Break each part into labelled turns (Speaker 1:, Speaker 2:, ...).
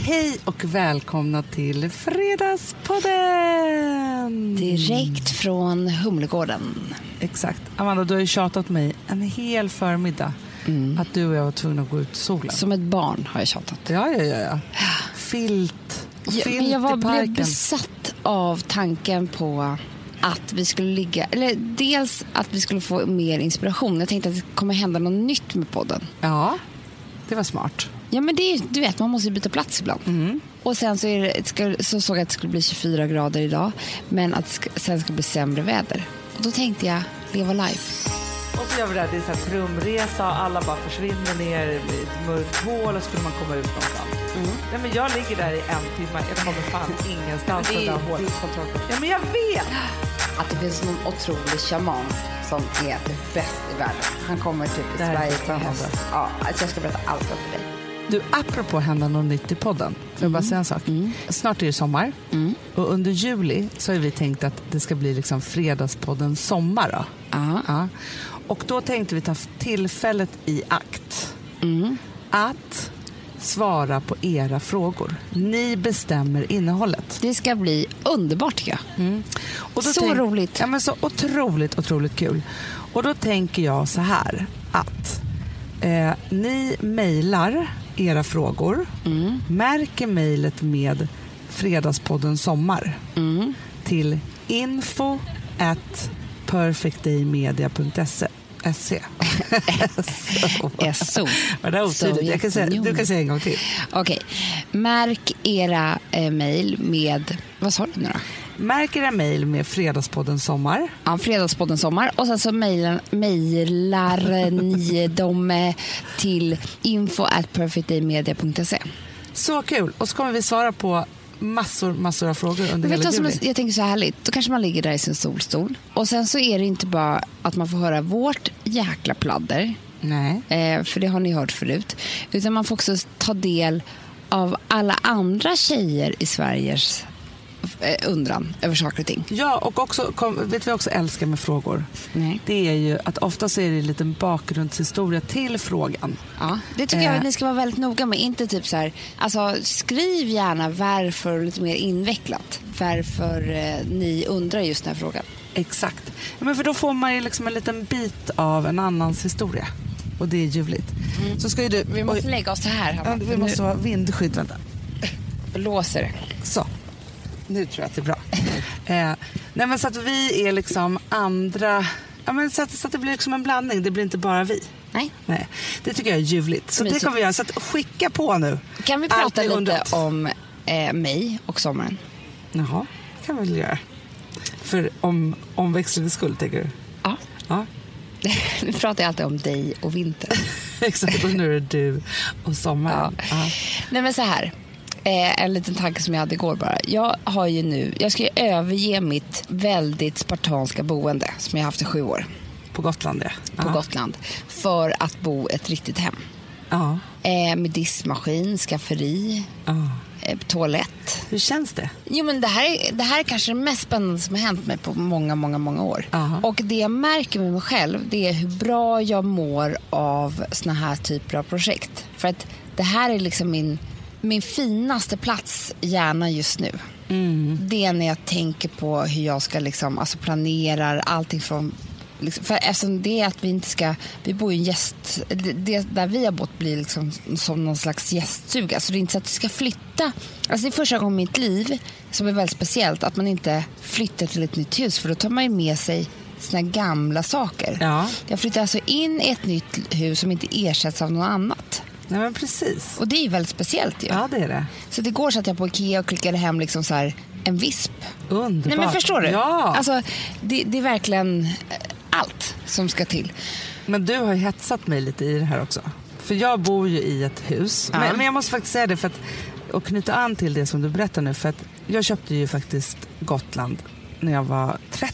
Speaker 1: Hej och välkomna till Fredagspodden!
Speaker 2: Direkt från Humlegården.
Speaker 1: Exakt. Amanda, du har ju tjatat mig en hel förmiddag att du och jag var tvungna att gå ut i solen.
Speaker 2: Som ett barn har jag tjatat.
Speaker 1: Ja. Filt
Speaker 2: jag
Speaker 1: i
Speaker 2: blev
Speaker 1: parken.
Speaker 2: besatt av tanken på att vi skulle ligga... Eller dels att vi skulle få mer inspiration. Jag tänkte att det kommer hända något nytt med podden.
Speaker 1: Ja, det var smart.
Speaker 2: Ja, men det är, du vet, man måste ju byta plats ibland. Och sen så, så såg jag att det skulle bli 24 grader idag. Men att sen ska bli sämre väder. Och då tänkte jag, leva life.
Speaker 1: Och så gör vi det här, det är så här trumresa och alla bara försvinner ner i ett mörkt hål och så skulle man komma ut någonstans. Nej, men jag ligger där i 1 timme, jag kommer fan ingenstans från det här hålet. Ja, men jag vet!
Speaker 2: Att det finns någon otrolig shaman som är det bäst i världen. Han kommer typ i Sverige till höst. Ja, alltså jag ska berätta allt för dig.
Speaker 1: Du, apropå hända något nytt i podden, får jag bara säga en sak. Snart är det sommar och under juli så har vi tänkt att det ska bli liksom Fredagspodden sommar då. Ja. Och då tänkte vi ta tillfället i akt att svara på era frågor. Ni bestämmer innehållet.
Speaker 2: Det ska bli underbart, tycker jag.
Speaker 1: Och då
Speaker 2: så roligt.
Speaker 1: Ja, men så otroligt kul. Och då tänker jag så här att ni mejlar era frågor, märker mejlet med Fredagspodden sommar till info@perfectdaymedia.se.
Speaker 2: SO.
Speaker 1: Var det otydligt? Du kan säga en gång till.
Speaker 2: Okej. Märk era mejl med... Vad sa du nu då?
Speaker 1: Märk era mejl med Fredagspodden sommar.
Speaker 2: Ja, Fredagspodden sommar. Och sen så mejlar ni dem till info@perfectdaymedia.se.
Speaker 1: Så kul. Och så kommer vi svara på massor av frågor under hela juli.
Speaker 2: Jag tänker så härligt. Då kanske man ligger där i sin solstol. Och sen så är det inte bara att man får höra vårt jäkla pladder.
Speaker 1: Nej.
Speaker 2: För det har ni hört förut. Utan man får också ta del av alla andra tjejer i Sveriges undran över saker och ting.
Speaker 1: Ja, och också, vet vi också älskar med frågor?
Speaker 2: Nej.
Speaker 1: Det är ju att ofta så är det en liten bakgrundshistoria till frågan.
Speaker 2: Ja, det tycker jag att ni ska vara väldigt noga med. Inte typ så här, alltså skriv gärna varför lite mer invecklat. Varför ni undrar just den här frågan.
Speaker 1: Exakt. Ja, men för då får man ju liksom en liten bit av en annans historia. Och det är ljuvligt. Så ska ju du...
Speaker 2: Vi måste lägga oss så här.
Speaker 1: Ja, vi måste ha vindskydd, vänta.
Speaker 2: Blåser det.
Speaker 1: Så. Nu tror jag att det är bra. Nej, men så att vi är liksom andra... Ja, men så att det blir liksom en blandning. Det blir inte bara vi.
Speaker 2: Nej.
Speaker 1: Det tycker jag är ljuvligt. Så det kommer vi göra. Så att skicka på nu.
Speaker 2: Kan vi prata lite om mig och sommaren?
Speaker 1: Jaha, det kan vi väl göra. För om växlingens skull, tänker du? Ja.
Speaker 2: Nu pratar jag alltid om dig och vinter.
Speaker 1: Exakt, och nu är det du och sommaren. Ja.
Speaker 2: Nej, men så här. En liten tanke som jag hade igår bara. Jag ska ju överge mitt väldigt spartanska boende som jag haft i 7 år.
Speaker 1: På Gotland, ja.
Speaker 2: På Gotland. För att bo ett riktigt hem.
Speaker 1: Ja.
Speaker 2: Med diskmaskin, skafferi, toalett.
Speaker 1: Hur känns det?
Speaker 2: Jo, men det här är kanske det mest spännande som har hänt mig på många år. Och det jag märker med mig själv, det är hur bra jag mår av såna här typer av projekt. För att det här är liksom min finaste plats gärna just nu. Det är när jag tänker på hur jag ska liksom, alltså planerar allting från liksom, för eftersom det är att vi inte ska, vi bor ju en gäst, det där vi har bott blir liksom som någon slags gäststuga, så det är inte så att vi ska flytta. Alltså det är första gången i mitt liv som är väldigt speciellt att man inte flyttar till ett nytt hus, för då tar man ju med sig sina gamla saker. Jag flyttar alltså in i ett nytt hus som inte ersätts av något annat.
Speaker 1: Nej, men precis.
Speaker 2: Och det är väldigt speciellt ju.
Speaker 1: Ja, det är det.
Speaker 2: Så det går så att jag på Ikea och klickade hem liksom så här en visp.
Speaker 1: Underbart.
Speaker 2: Nej, men förstår du?
Speaker 1: Ja.
Speaker 2: Alltså, det är verkligen allt som ska till.
Speaker 1: Men du har ju hetsat mig lite i det här också. För jag bor ju i ett hus. Men jag måste faktiskt säga det för att, och knyta an till det som du berättar nu. För att jag köpte ju faktiskt Gotland när jag var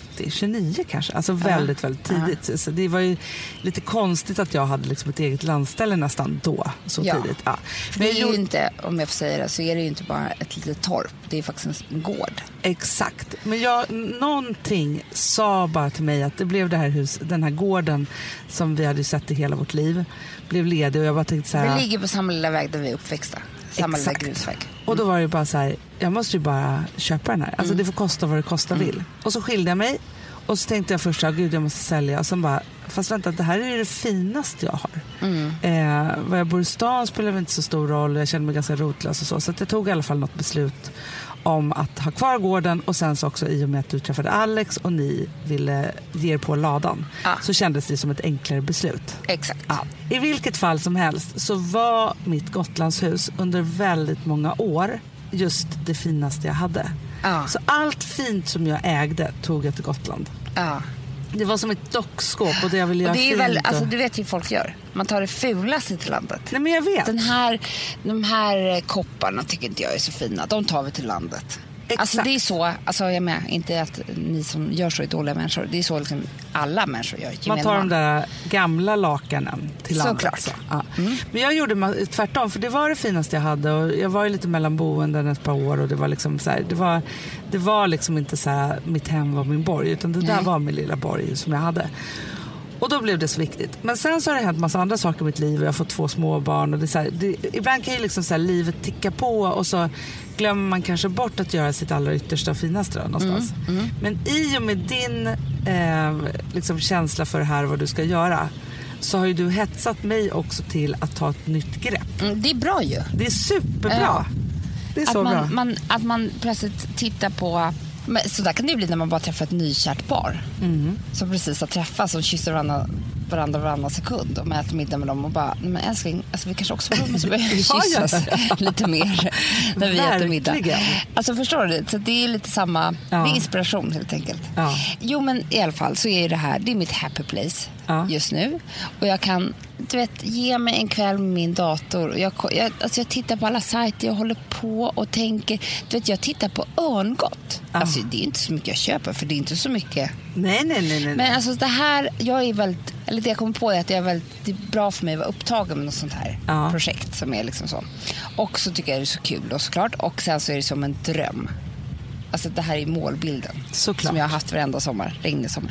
Speaker 1: 29 kanske. Alltså väldigt tidigt. Så det var ju lite konstigt att jag hade liksom ett eget landställe nästan då, så tidigt. Ja.
Speaker 2: Men det är ju inte, om jag får säga det, så är det ju inte bara ett litet torp. Det är faktiskt en gård.
Speaker 1: Exakt. Men någonting sa bara till mig att det blev det här den här gården som vi hade sett i hela vårt liv, blev ledig, och jag bara tänkte så här...
Speaker 2: Det ligger på samma lilla väg där vi är uppväxta. samma lilla grusväg.
Speaker 1: Och då var det bara så här, jag måste ju bara köpa den här. Alltså det får kosta vad det kostar vill. Och så skilde jag mig. Och så tänkte jag först, gud jag måste sälja. Och sen bara, fast vänta, det här är det finaste jag har. Var jag bor i stan spelar det inte så stor roll. Jag kände mig ganska rotlös och så. Så att jag tog i alla fall något beslut om att ha kvar gården. Och sen så också i och med att du träffade Alex och ni ville ge er på ladan. Så kändes det som ett enklare beslut.
Speaker 2: Exakt.
Speaker 1: Ja. I vilket fall som helst så var mitt Gotlandshus under väldigt många år just det finaste jag hade. Så allt fint som jag ägde tog jag till Gotland. Det var som ett dockskåp och det jag ville göra
Speaker 2: och det är
Speaker 1: fint.
Speaker 2: väl, alltså, du vet hur folk gör. Man tar det fulaste till landet.
Speaker 1: Nej, men jag vet.
Speaker 2: De här kopparna tycker inte jag är så fina. De tar vi till landet.
Speaker 1: Exakt.
Speaker 2: Alltså det är så, alltså jag med, inte att ni som gör så är dåliga människor. Det är så liksom alla människor gör.
Speaker 1: Man tar de där gamla lakanen till landet.
Speaker 2: Såklart.
Speaker 1: Ja. Men jag gjorde tvärtom, för det var det finaste jag hade. Och jag var ju lite mellan boenden ett par år och det var liksom så här, det var liksom inte så här, mitt hem var min borg, utan det där var min lilla borg som jag hade. Och då blev det så viktigt. Men sen så har det hänt massa andra saker i mitt liv. Jag har fått 2 småbarn. Och det är så här, ibland kan ju liksom så här, livet ticka på. Och så glömmer man kanske bort att göra sitt allra yttersta och finaste då, någonstans. Men i och med din liksom känsla för det här vad du ska göra, så har ju du hetsat mig också till att ta ett nytt grepp.
Speaker 2: Det är bra ju.
Speaker 1: Det är superbra. Det är så bra.
Speaker 2: Att man plötsligt tittar på... Men så där kan det ju bli när man bara träffar ett nykärt par som precis har träffats och kysser varandra varannan sekund och äter middag med dem och bara, men älskling, alltså vi kanske också måste börja kyssas lite mer när vi äter middag. Alltså förstår du? Så det är lite samma, det är inspiration helt enkelt. Jo, men i alla fall så är det här, det är mitt happy place just nu. Och jag kan, du vet, ge mig en kväll med min dator och jag tittar på alla sajter, jag håller på och tänker, du vet, jag tittar på örngott. Alltså det är inte så mycket jag köper, för det är inte så mycket.
Speaker 1: Nej.
Speaker 2: Men alltså det här, jag är väldigt, eller det jag kommer på är att det är bra för mig att vara upptagen med något sånt här projekt som är liksom så. Och så tycker jag det är så kul och såklart, och sen så är det som en dröm. Alltså det här är målbilden
Speaker 1: såklart,
Speaker 2: som jag har haft varenda sommar, regnig sommar.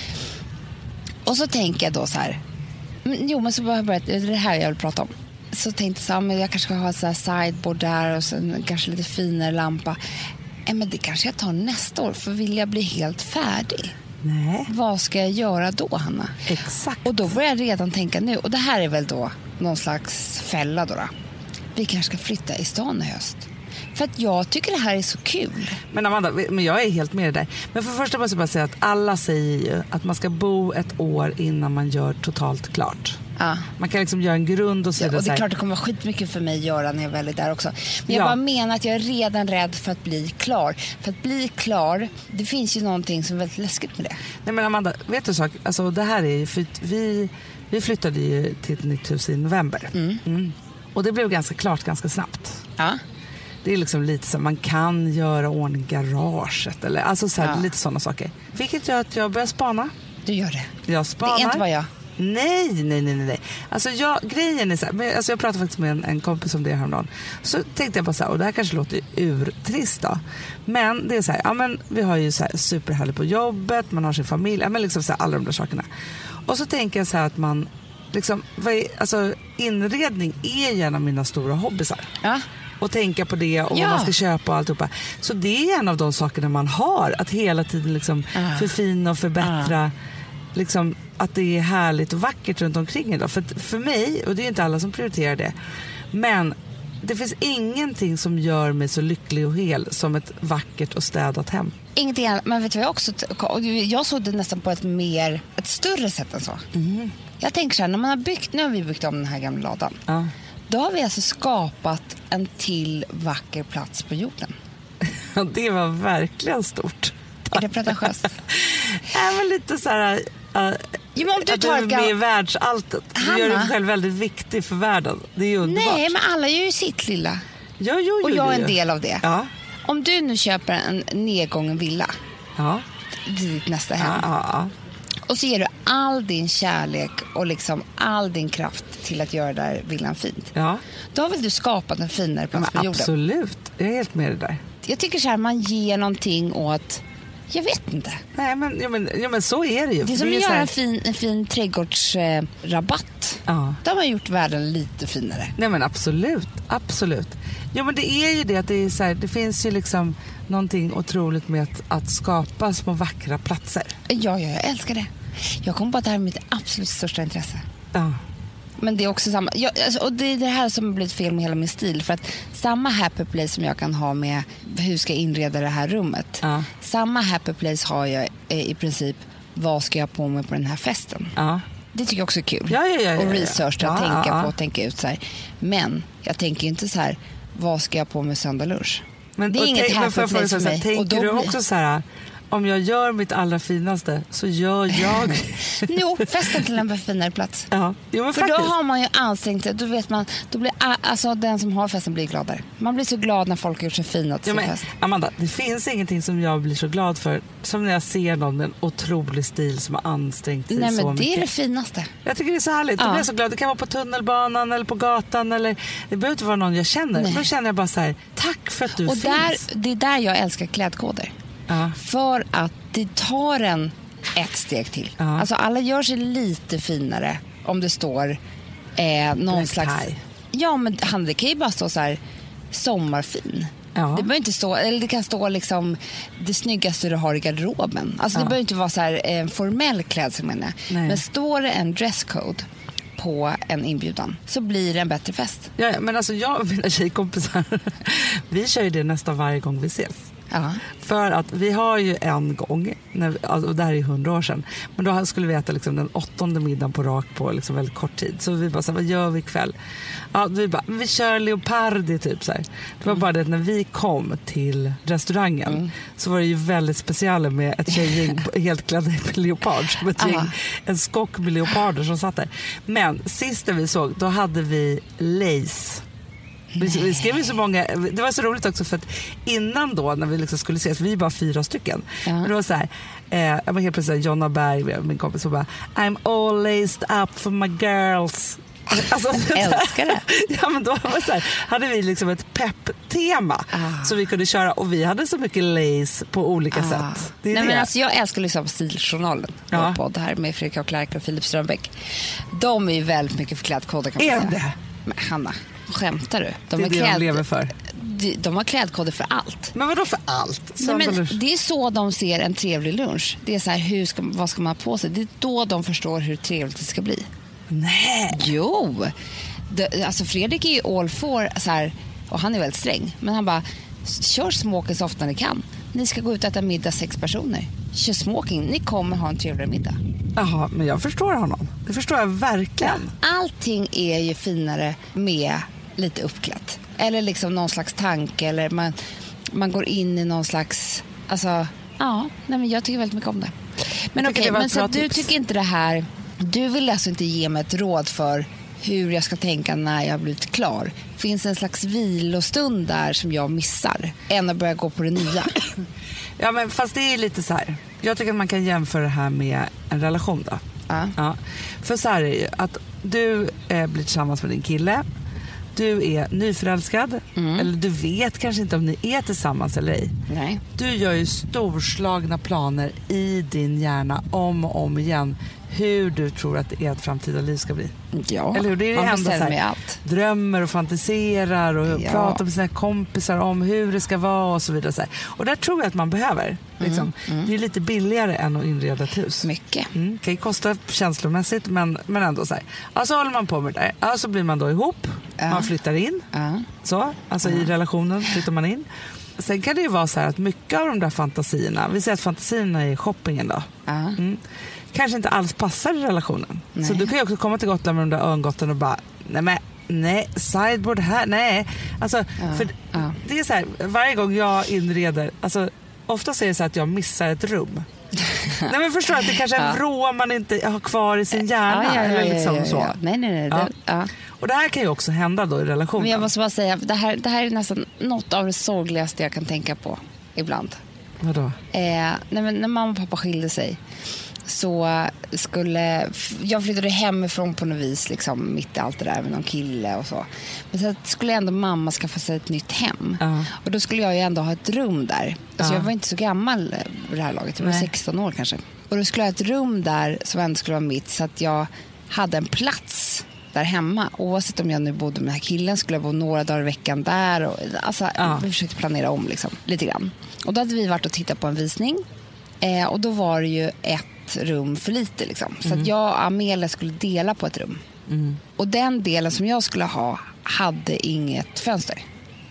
Speaker 2: Och så tänker jag då så här, men så började jag, det är det här jag vill prata om. Så tänkte jag så här, men jag kanske ska ha ett så här sideboard där och sen kanske lite finare lampa. Men det kanske jag tar nästa år, för vill jag bli helt färdig.
Speaker 1: Nej.
Speaker 2: Vad ska jag göra då, Hanna?
Speaker 1: Exakt.
Speaker 2: Och då börjar jag redan tänka nu, och det här är väl då någon slags fälla då. Vi kanske ska flytta i stan i höst. För att jag tycker det här är så kul.
Speaker 1: Men Amanda, men jag är helt med där. Men för första måste jag bara säga att alla säger ju att man ska bo ett år innan man gör totalt klart. Man kan liksom göra en grund och så
Speaker 2: och det är klart det kommer vara skitmycket för mig att göra när jag väl är där också. Men jag bara menar att jag är redan rädd för att bli klar. För att bli klar, det finns ju någonting som är väldigt läskigt med det. Nej,
Speaker 1: men Amanda, vet du sak? Alltså det här är ju, för vi flyttade ju till ett nytt hus i november. Och det blev ganska klart ganska snabbt. Det är liksom lite så, man kan göra ordning garaget eller alltså så här, lite sådana saker. Vilket gör att jag börjar spana.
Speaker 2: Du gör det.
Speaker 1: Jag spanar.
Speaker 2: Det är inte bara jag.
Speaker 1: Nej. Alltså grejen är så här, alltså jag pratade faktiskt med en kompis om det häromdagen. Så tänkte jag bara så här, och det här kanske låter urtrist då. Men det är så här, ja men vi har ju så här superhärligt på jobbet, man har sin familj, ja men liksom så här, alla de där sakerna. Och så tänker jag så här att man liksom, alltså inredning är ju en av mina stora hobbysar. Och tänka på det och vad man ska köpa och alltihopa. Så det är en av de sakerna man har, att hela tiden liksom förfina och förbättra liksom, att det är härligt och vackert runt omkring idag. För mig, och det är inte alla som prioriterar det, men det finns ingenting som gör mig så lycklig och hel som ett vackert och städat hem.
Speaker 2: Ingenting annat, men vet du vad jag också, jag såg det nästan på ett större sätt än så. Jag tänker så här, nu har vi byggt om den här gamla ladan. Då har vi alltså skapat en till vacker plats på jorden.
Speaker 1: Det var verkligen stort.
Speaker 2: Är det pretentiöst?
Speaker 1: Men lite så här...
Speaker 2: om du
Speaker 1: att du är med i världsalltet. Du gör dig själv väldigt viktig för världen. Det är ju underbart.
Speaker 2: Nej, men alla gör ju sitt lilla.
Speaker 1: Jo,
Speaker 2: och jag är en del av det.
Speaker 1: Ja.
Speaker 2: Om du nu köper en nedgången villa till ditt nästa hem. Och så ger du all din kärlek och liksom all din kraft till att göra där villan fint. Då har väl du skapat en finare plats på jorden.
Speaker 1: Absolut, jag är helt med det där.
Speaker 2: Jag tycker så här, man ger någonting åt... Jag vet inte.
Speaker 1: Nej, men så är det ju.
Speaker 2: Det är som att göra en fin trädgårdsrabatt. De har gjort världen lite finare.
Speaker 1: Nej men absolut. Jo men det är ju det att det är så här, det finns ju liksom någonting otroligt med att skapa små vackra platser.
Speaker 2: Ja, jag älskar det. Jag kommer på att det här är mitt absolut största intresse.
Speaker 1: Ja.
Speaker 2: Men det är också samma, och det är det här som har blivit fel med hela min stil. För att samma happy place som jag kan ha med hur ska jag inreda det här rummet. Samma happy place har jag i princip, vad ska jag ha på mig på den här festen. Det tycker jag också är kul.
Speaker 1: Ja.
Speaker 2: Och researcha, tänka på och tänka ut så här. Men jag tänker inte så här, vad ska jag ha på mig söndag lunch?
Speaker 1: Men,
Speaker 2: det är inget happy place för mig.
Speaker 1: Tänker du också så här, om jag gör mitt allra finaste så gör jag...
Speaker 2: Jo, festen till en finare plats.
Speaker 1: Ja. Jo, men
Speaker 2: för
Speaker 1: faktiskt.
Speaker 2: Då har man ju ansträngt sig. Då vet man, då blir, alltså, den som har festen blir gladare. Man blir så glad när folk har gjort sig fina till sin fest.
Speaker 1: Amanda, det finns ingenting som jag blir så glad för som när jag ser någon med en otrolig stil som har ansträngt sig så mycket.
Speaker 2: Nej, men det är det finaste.
Speaker 1: Jag tycker det är så härligt. Då blir jag så glad. Det kan vara på tunnelbanan eller på gatan. Eller, det behöver inte vara någon jag känner. Nej. Då känner jag bara så här, tack för att du finns.
Speaker 2: Det är där jag älskar klädkoder. För att det tar en ett steg till. Alltså alla gör sig lite finare om det står någon slags... Ja, men det kan ju bara stå så här sommarfin. Det behöver inte stå, eller det kan stå liksom det snyggaste du har i garderoben. Alltså det behöver inte vara så här en formell klädsel, menar jag. Men står det en dresscode på en inbjudan så blir det en bättre fest.
Speaker 1: Ja, men alltså jag och mina tjejkompisar vi kör ju det nästan varje gång vi ses. För att vi har ju en gång, och det här är 100 år sedan, men då skulle vi äta liksom den 8:e middagen på rak på liksom väldigt kort tid. Så vi bara så här, vad gör vi ikväll? Vi bara, vi kör Leopardi typ så här. Det var bara det att när vi kom till restaurangen så var det ju väldigt speciellt med ett tjejgäng helt klädda i leopard, som ett gäng, en skock med leoparder som satt där. Men sist vi såg, då hade vi lace. Vi skrev ju så många, det var så roligt också för att innan då när vi liksom skulle ses, vi är bara 4 stycken. Men det var så här, jag var helt plötsligt Jonna Berg, min kompis, och bara I'm all laced up for my girls. Alltså,
Speaker 2: älskar det.
Speaker 1: Ja, men då var så här, hade vi liksom ett pepp-tema så vi kunde köra, och vi hade så mycket lace på olika sätt.
Speaker 2: Nej, men alltså, jag älskar liksom Stiljournalen på det här med Fredrik och Clark och Filip Strömbäck. De är ju väldigt mycket för klädkoder, kan man säga. Men Hanna, skämtar du?
Speaker 1: Det är det de lever för.
Speaker 2: De har klädkoder för allt.
Speaker 1: Men vadå för allt?
Speaker 2: Nej, men det är så de ser en trevlig lunch. Det är så här, vad ska man ha på sig? Det är då de förstår hur trevligt det ska bli.
Speaker 1: Nej.
Speaker 2: Jo. Alltså Fredrik är ju all for så här, och han är väldigt sträng. Men han bara, kör smoking så ofta ni kan. Ni ska gå ut och äta middag 6 personer. Kör smoking, ni kommer ha en trevligare middag.
Speaker 1: Jaha, men jag förstår honom. Det förstår jag verkligen.
Speaker 2: Allting är ju finare med lite uppklätt. Eller liksom någon slags tanke. Eller man går in i någon slags... Alltså, nej, men jag tycker väldigt mycket om det. Men okej, men så du tycker inte det här... Du vill alltså inte ge mig ett råd för hur jag ska tänka när jag har blivit klar. Finns en slags vilostund där som jag missar än att börja gå på det nya?
Speaker 1: Ja, men fast det är lite så här. Jag tycker att man kan jämföra det här med en relation då. Ja. För så här är det ju att du blir tillsammans med din kille. Du är nyförälskad. Eller du vet kanske inte om ni är tillsammans eller ej.
Speaker 2: Nej.
Speaker 1: Du gör ju storslagna planer i din hjärna om och om igen hur du tror att ert framtida liv ska bli.
Speaker 2: Ja,
Speaker 1: eller hur? Det är
Speaker 2: man
Speaker 1: ändå så här,
Speaker 2: allt.
Speaker 1: drömmer och fantiserar och pratar med sina kompisar om hur det ska vara och så vidare. Så här. Och där tror jag att man behöver. Liksom. Det är lite billigare än att inreda ett hus.
Speaker 2: Mycket.
Speaker 1: Det kan ju kosta känslomässigt, men ändå så här. Alltså håller man på med det där. Alltså blir man då ihop. Man flyttar in. Så, alltså i relationen flyttar man in. Sen kan det ju vara så här att mycket av de där fantasierna, vi säger att fantasierna är shoppingen då. Kanske inte alls passar i relationen. Nej. Så du kan ju också komma till Gotland med de där örngotten och bara, nej, sideboard här, nej. Alltså, för det är så här, varje gång jag inreder, alltså ofta är det så att jag missar ett rum. Nej, men förstår att det kanske är en vrå man inte har kvar i sin hjärna. Eller liksom så.
Speaker 2: Nej.
Speaker 1: Och det här kan ju också hända då i relationen.
Speaker 2: Men jag måste bara säga, det här är nästan något av det sorgligaste jag kan tänka på ibland.
Speaker 1: Vadå?
Speaker 2: Nej, men när mamma och pappa skilde sig så jag flyttade hemifrån på något vis liksom, mitt i allt det där med någon kille och så. Men så skulle ändå mamma skaffa sig ett nytt hem. Och då skulle jag ju ändå ha ett rum där. Alltså jag var inte så gammal i det här laget. Jag var 16 år kanske. Och då skulle jag ha ett rum där som ändå skulle vara mitt, så att jag hade en plats där hemma. Oavsett om jag nu bodde med den här killen skulle jag bo några dagar i veckan där. Och, alltså, vi försökte planera om liksom, lite grann. Och då hade vi varit och tittat på en visning. Och då var det ju ett rum för lite. Liksom. Så att jag och Amelia skulle dela på ett rum. Och den delen som jag skulle ha hade inget fönster.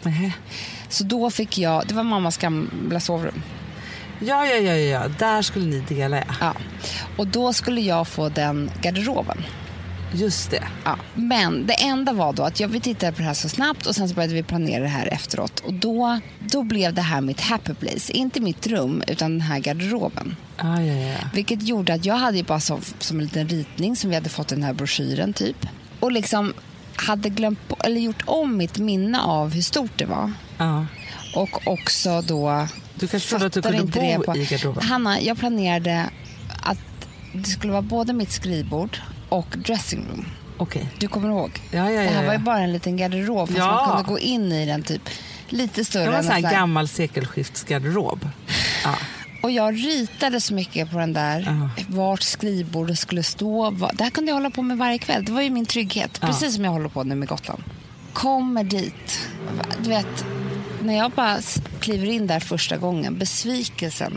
Speaker 2: Så då fick jag, det var mammas gamla sovrum.
Speaker 1: Ja, där skulle ni dela.
Speaker 2: Ja. Och då skulle jag få den garderoben.
Speaker 1: Just det.
Speaker 2: Ja. Men det enda var då att vi tittade på det här så snabbt och sen så började vi planera det här efteråt. Och då blev det här mitt happy place. Inte mitt rum utan den här garderoben. Vilket gjorde att jag hade ju bara som en liten ritning som vi hade fått i den här broschyren typ. Och liksom hade gjort om mitt minne av hur stort det var. Och också då...
Speaker 1: Du kanske trodde att du kunde bo i garderoben.
Speaker 2: Hanna, jag planerade att det skulle vara både mitt skrivbord och dressing room.
Speaker 1: Okay.
Speaker 2: Du kommer ihåg?
Speaker 1: Ja.
Speaker 2: Det här var ju bara en liten garderob fast man kunde gå in i den typ lite större.
Speaker 1: Det var en sån här gammal sekelskiftsgarderob.
Speaker 2: Och jag ritade så mycket på den där vart skrivbordet skulle stå. Det här kunde jag hålla på med varje kväll. Det var ju min trygghet. Precis som jag håller på nu med Gotland. Kommer dit. Du vet, när jag bara kliver in där första gången, besvikelsen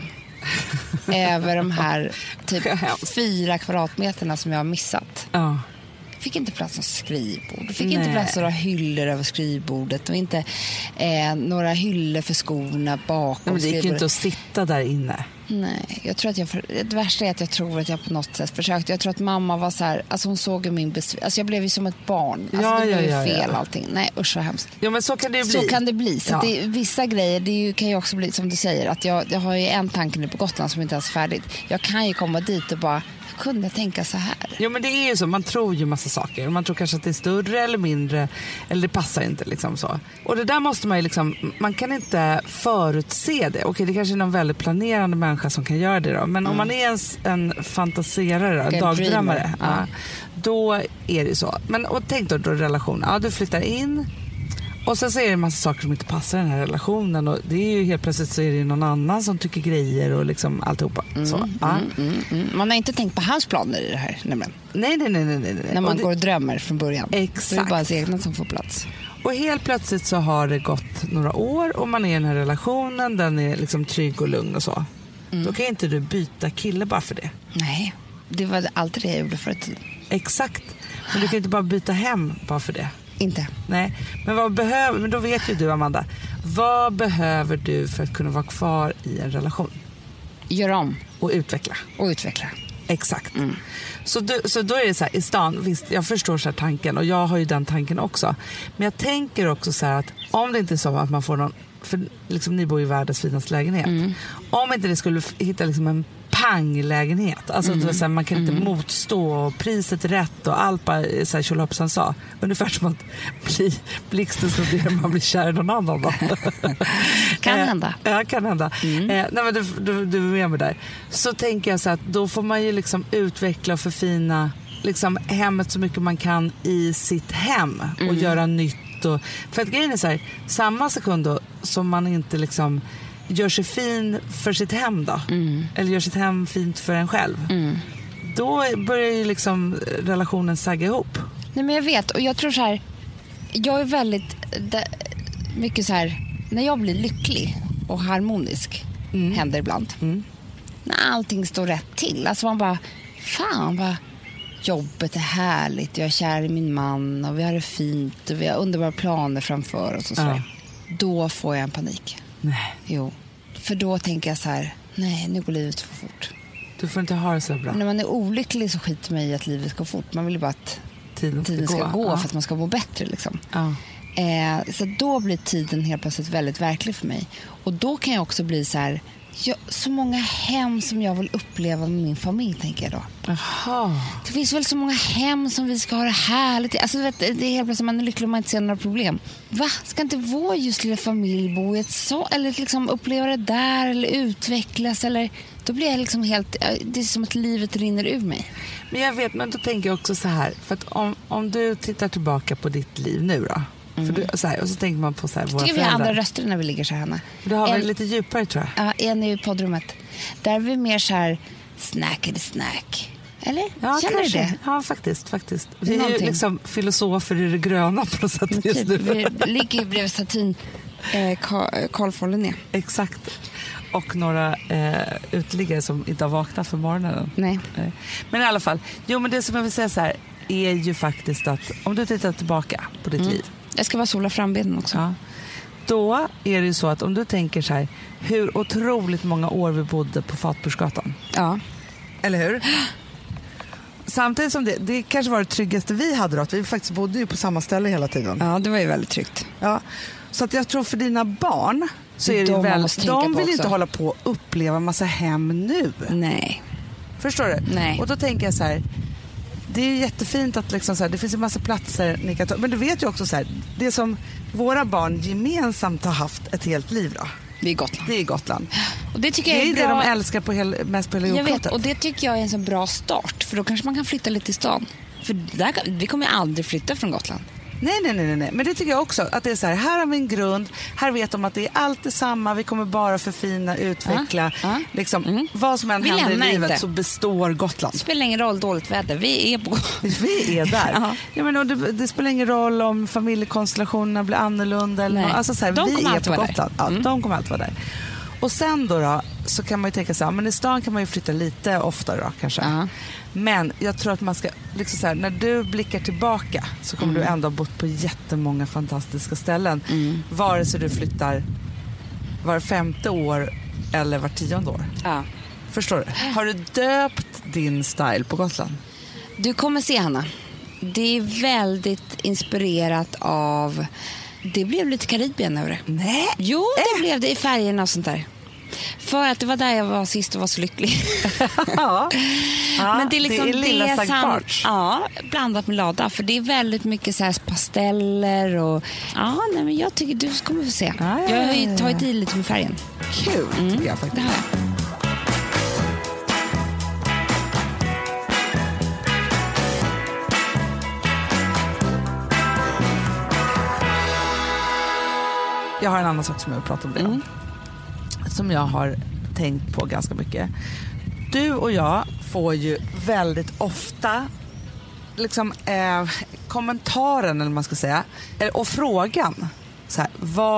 Speaker 2: över de här typ 4 kvadratmeterna som jag har missat. Fick inte plats något skrivbord. Fick inte plats några hyllor över skrivbordet och inte några hyllor för skorna bakom.
Speaker 1: Men det gick ju inte att sitta där inne.
Speaker 2: Nej, jag tror att det värsta är att jag tror att jag på något sätt försökte. Jag tror att mamma var så här, alltså hon såg min alltså jag blev ju som ett barn. Alltså det blev ju fel allting. Nej, usch så hemskt.
Speaker 1: Ja, men så kan det bli.
Speaker 2: Så kan det bli. Så det, vissa grejer, kan ju också bli som du säger, att jag har ju en tanke nu på Gotland som inte ens är färdigt. Jag kan ju komma dit och bara kunde tänka så här.
Speaker 1: Ja, men det är ju så, man tror ju massa saker. Man tror kanske att det är större eller mindre, eller det passar inte liksom så. Och det där måste man ju liksom, man kan inte förutse det. Okej, det kanske är någon väldigt planerande människa som kan göra det då. Men om man är en fantaserare, en dagdrömmare, då är det så. Men och tänk då relation. Ja, du flyttar in och sen så är det en massa saker som inte passar i den här relationen och det är ju helt plötsligt så är det någon annan som tycker grejer och liksom alltihopa.
Speaker 2: Man har inte tänkt på hans planer i det här nämligen.
Speaker 1: Nej.
Speaker 2: När man går och drömmer från början.
Speaker 1: Exakt.
Speaker 2: Det är bara ens egna som får plats.
Speaker 1: Och helt plötsligt så har det gått några år och man är i den här relationen, den är liksom trygg och lugn och så. Då kan inte du byta kille bara för det.
Speaker 2: Nej, det var alltid det jag gjorde för ett.
Speaker 1: Exakt. Men du kan inte bara byta hem bara för det.
Speaker 2: Inte.
Speaker 1: Nej, men då vet ju du, Amanda. Vad behöver du för att kunna vara kvar i en relation?
Speaker 2: Göra om.
Speaker 1: Och utveckla. Exakt. Så då är det så här, i stan, visst, jag förstår så här tanken och jag har ju den tanken också. Men jag tänker också så här att om det inte är så att man får någon, för liksom, ni bor i världens finaste lägenhet. Om inte det skulle hitta liksom en panglägenhet. Alltså det var så här, man kan inte motstå och priset är rätt och allt bara så här Kjellhoppsan sa. Ungefär som att blixten slår ner man blir kär i någon annan då.
Speaker 2: Kan hända.
Speaker 1: Ja, kan hända. Nej, men du är med mig där. Så tänker jag så att då får man ju liksom utveckla och förfina liksom hemmet så mycket man kan i sitt hem och göra nytt. Och, för att grejen är så här, samma sekund då, som man inte liksom gör sig fin för sitt hem då. Eller gör sitt hem fint för en själv. Då börjar ju liksom relationen sagga ihop.
Speaker 2: Nej, men jag vet, och jag tror så här, jag är väldigt mycket så här, när jag blir lycklig och harmonisk händer ibland. När allting står rätt till. Alltså man bara, fan vad jobbet är härligt, jag är kär i min man och vi har det fint och vi har underbara planer framför oss och så. Då får jag en panik.
Speaker 1: Nej.
Speaker 2: Jo, för då tänker jag så här, nej, nu går livet för fort.
Speaker 1: Du får inte ha det så bra.
Speaker 2: När man är olycklig så skiter man i att livet ska fort. Man vill ju bara att tiden ska gå för att man ska må bättre liksom. Så då blir tiden helt plötsligt väldigt verklig för mig. Och då kan jag också bli så här, så många hem som jag vill uppleva med min familj, tänker jag då.
Speaker 1: Aha.
Speaker 2: Det finns väl så många hem som vi ska ha det härligt. Alltså, det är helt plötsligt man är lycklig om man inte ser några problem. Va? Ska inte vår just lilla familj bo i ett så? Eller liksom uppleva det där eller utvecklas? Eller, då blir jag liksom helt, det är som att livet rinner ur mig.
Speaker 1: Men jag vet, men då tänker jag också så här. För att om du tittar tillbaka på ditt liv nu då. För du, så här, och så tänker man på så här, våra
Speaker 2: föräldrar. Vi har andra röster när vi ligger så här, Hanna.
Speaker 1: Du har väl lite djupare, tror jag.
Speaker 2: Ja, en i poddrummet. Där är vi mer så här snack. Eller?
Speaker 1: Ja,
Speaker 2: känner
Speaker 1: kanske.
Speaker 2: du det?
Speaker 1: Ja, faktiskt. Vi är ju liksom filosofer i det gröna på något sätt just nu.
Speaker 2: Vi ligger bredvid statyn Carl von Linné.
Speaker 1: Exakt. Och några uteliggare som inte har vaknat för morgonen.
Speaker 2: Nej.
Speaker 1: Men i alla fall, men det som jag vill säga så här är ju faktiskt att om du tittar tillbaka på ditt liv.
Speaker 2: Jag ska bara sola frambenen också.
Speaker 1: Ja. Då är det ju så att om du tänker så här, hur otroligt många år vi bodde på Fatbursgatan.
Speaker 2: Ja.
Speaker 1: Eller hur? Samtidigt som det kanske var det tryggaste vi hade då, att vi faktiskt bodde ju på samma ställe hela tiden.
Speaker 2: Ja, det var ju väldigt tryggt.
Speaker 1: Ja. Så att jag tror för dina barn så är det väl, de vill inte hålla på och uppleva massa hem nu.
Speaker 2: Nej.
Speaker 1: Förstår du?
Speaker 2: Nej.
Speaker 1: Och då tänker jag så här, det är jättefint att liksom så här, det finns en massa platser ni kan ta, men du vet ju också så här, det som våra barn gemensamt har haft ett helt liv då.
Speaker 2: Det är Gotland.
Speaker 1: Det är Gotland.
Speaker 2: Och det tycker jag är
Speaker 1: det
Speaker 2: bra.
Speaker 1: De älskar mest på hela
Speaker 2: jordklotet.
Speaker 1: Jag vet,
Speaker 2: och det tycker jag är en så bra start, för då kanske man kan flytta lite till stan. För vi kommer aldrig flytta från Gotland.
Speaker 1: Nej. Men det tycker jag också. Att det är så här har vi en grund. Här vet de att det är allt detsamma. Vi kommer bara förfina, utveckla. Liksom, vad som än händer i livet inte. Så består Gotland.
Speaker 2: Det spelar ingen roll dåligt väder. Vi är på
Speaker 1: Vi är där. Det spelar ingen roll om familjekonstellationerna blir annorlunda. Eller alltså så här, vi är på Gotland. Ja, de kommer alltid vara där. Och sen då så kan man ju tänka så här, men i stan kan man ju flytta lite oftare då, kanske. Men jag tror att man ska liksom så här, när du blickar tillbaka så kommer du ändå ha bott på jättemånga fantastiska ställen. Vare sig du flyttar var 5:e år eller var 10:e år. Ja. Förstår du? Har du döpt din style på Gotland?
Speaker 2: Du kommer se, Hanna. Det är väldigt inspirerat av... Det blev lite Karibien över det.
Speaker 1: Nej.
Speaker 2: Jo, det blev det i färgerna och sånt där. För att det var där jag var sist och var så lycklig.
Speaker 1: Ja.
Speaker 2: Men det är liksom
Speaker 1: det är lilla Sankt Barts.
Speaker 2: Ja, blandat med lada. För det är väldigt mycket så här pasteller och... Ja, nej, men jag tycker du kommer få se.
Speaker 1: Ja.
Speaker 2: Jag har ju tagit i lite med färgen.
Speaker 1: Kul, tycker jag faktiskt.
Speaker 2: Det här.
Speaker 1: Jag har en annan sak som jag vill prata om det. Som jag har tänkt på ganska mycket. Du och jag får ju väldigt ofta liksom, kommentaren, eller man ska säga, och frågan så här,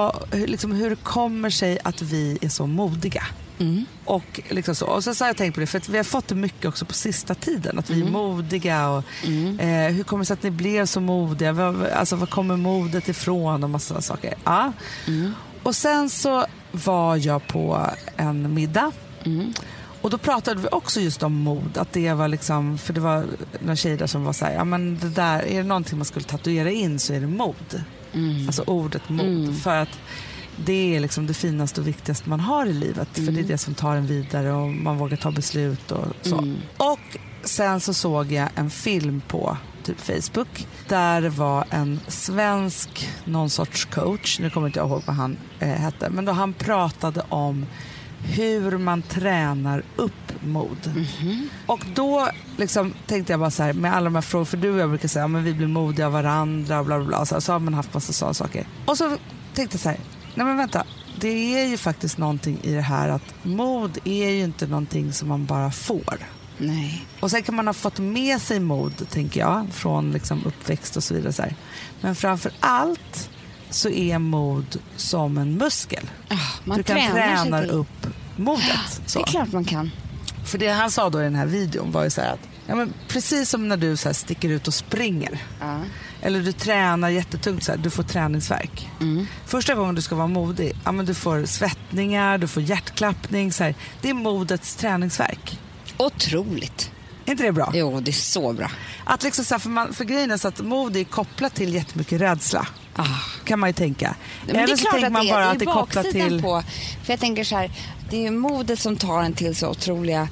Speaker 1: hur kommer sig att vi är så modiga? Och liksom så. Och så har jag tänkt på det, för att vi har fått det mycket också på sista tiden, att vi är modiga och hur kommer det sig att ni blev så modiga? Var kommer modet ifrån och massa saker. Ja. Och sen så var jag på en middag och då pratade vi också just om mod, att det var liksom, för det var några tjejer där som var så här, ja men det där, är det någonting man skulle tatuera in så är det mod. Alltså ordet mod, för att det är liksom det finaste och viktigaste man har i livet. För det är det som tar en vidare och man vågar ta beslut och så. Och sen så såg jag en film på typ Facebook där det var en svensk någon sorts coach, nu kommer inte jag ihåg vad han hette, men då han pratade om hur man tränar upp mod. Och då liksom tänkte jag bara så här, med alla de här frågor, för du och jag brukar säga men vi blir modiga av varandra och bla bla bla, så har man haft massa sådana saker. Och så tänkte jag så här, nej men vänta, det är ju faktiskt någonting i det här att mod är ju inte någonting som man bara får.
Speaker 2: Nej.
Speaker 1: Och sen kan man ha fått med sig mod, tänker jag, från liksom uppväxt och så vidare. Så här. Men framför allt så är mod som en muskel.
Speaker 2: Man
Speaker 1: du kan träna upp modet. Så.
Speaker 2: Det är klart man kan.
Speaker 1: För det han sa då i den här videon var ju så här att ja, men precis som när du så här sticker ut och springer. Eller du tränar jättetungt så här, du får träningsvärk. Första gången du ska vara modig, ja, men du får svettningar, du får hjärtklappning. Så här. Det är modets träningsvärk.
Speaker 2: Otroligt.
Speaker 1: Är inte det bra?
Speaker 2: Jo, det är så bra.
Speaker 1: Att liksom så här, för grejen är så att mod är kopplat till jättemycket rädsla. Kan man ju tänka.
Speaker 2: Men
Speaker 1: eller
Speaker 2: det är
Speaker 1: så
Speaker 2: klart
Speaker 1: tänker
Speaker 2: att
Speaker 1: man bara
Speaker 2: det
Speaker 1: att det är kopplat till...
Speaker 2: På, för jag tänker så här, det är modet som tar en till så otroliga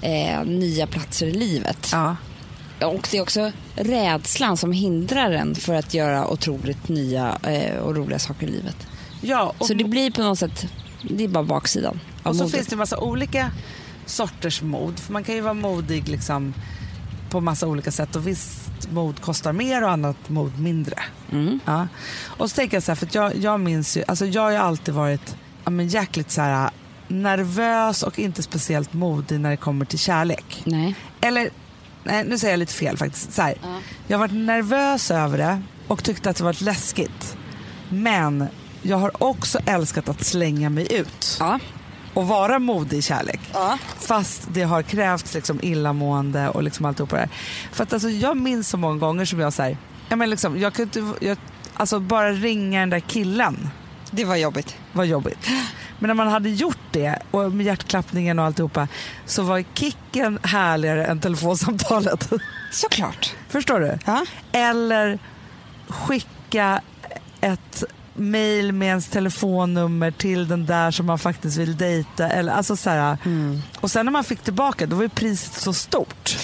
Speaker 2: nya platser i livet.
Speaker 1: Ja.
Speaker 2: Och det är också rädslan som hindrar en för att göra otroligt nya och roliga saker i livet.
Speaker 1: Ja, och
Speaker 2: så det blir på något sätt, det är bara baksidan av
Speaker 1: och så
Speaker 2: modet.
Speaker 1: finns det en massa olika sorters mod. För man kan ju vara modig liksom på massa olika sätt. Och visst, mod kostar mer och annat mod mindre. Ja. Och så tänker jag så här, för att jag minns ju, alltså jag har ju alltid varit jäkligt så här nervös och inte speciellt modig när det kommer till kärlek.
Speaker 2: Nej.
Speaker 1: Eller Nej, nu säger jag lite fel faktiskt. Så här, jag har varit nervös över det och tyckte att det var läskigt. Men jag har också älskat att slänga mig ut.
Speaker 2: Ja.
Speaker 1: Och vara modig i kärlek.
Speaker 2: Ja.
Speaker 1: Fast det har krävts liksom illamående och liksom allt på det här. För att alltså, jag minns så många gånger som jag säger, liksom, jag kunde inte, alltså bara ringa den där killen.
Speaker 2: Det var jobbigt.
Speaker 1: Men när man hade gjort det och med hjärtklappningen och alltihopa, så var kicken härligare än telefonsamtalet.
Speaker 2: Såklart.
Speaker 1: Förstår du?
Speaker 2: Ja.
Speaker 1: Eller skicka ett mail med ens telefonnummer till den där som man faktiskt vill dejta. Eller, alltså så här. Och sen när man fick tillbaka, då var ju priset så stort.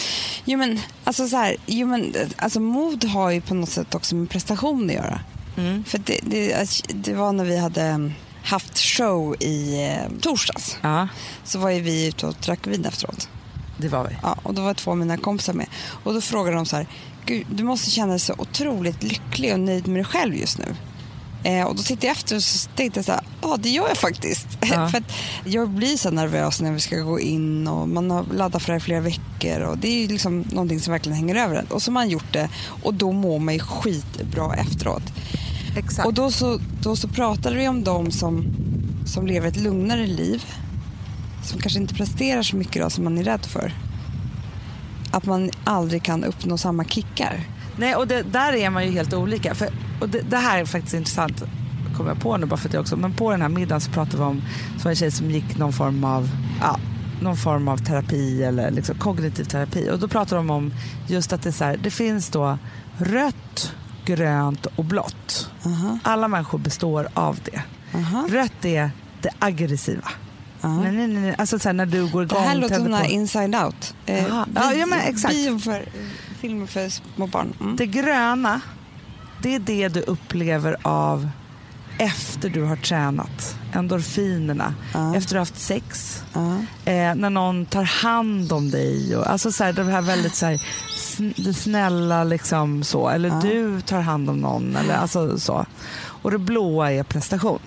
Speaker 2: Alltså mod har ju på något sätt också med prestation att göra. För det var när vi hade haft show i torsdags. Så var ju vi ute och drack vin efteråt.
Speaker 1: Det var vi.
Speaker 2: Ja, och då var 2 av mina kompisar med. Och då frågade de så här: Gud, du måste känna dig så otroligt lycklig och nöjd med dig själv just nu. Och då tittade jag efter och så tänkte jag så här: ja, det gör jag faktiskt. För att jag blir så nervös när vi ska gå in och man har laddat för det i flera veckor och det är ju liksom någonting som verkligen hänger över en. Och så har man gjort det och då mår man ju skitbra efteråt.
Speaker 1: Exakt.
Speaker 2: Och då så pratade vi om de som lever ett lugnare liv, som kanske inte presterar så mycket då, som man är rädd för. Att man aldrig kan uppnå samma kickar.
Speaker 1: Nej, och där är man ju helt olika. Och det här är faktiskt intressant, kommer jag på nu bara för att jag också. Men på den här middagen så pratade vi om en tjej som gick någon form av terapi eller liksom kognitiv terapi. Och då pratade de om just att det är så här, det finns då rött, grönt och blått. Alla människor består av det. Rött är det aggressiva. Nej. Alltså så här, när du går igång.
Speaker 2: Det här låter som den här Inside Out.
Speaker 1: Men exakt.
Speaker 2: Filmer för små barn. Det
Speaker 1: gröna, det är det du upplever av efter du har tränat. Endorfinerna. Efter du har haft sex. När någon tar hand om dig. Och, alltså så här, det här väldigt så här, det snälla liksom så. Eller du tar hand om någon. Eller, alltså så. Och det blåa är prestation.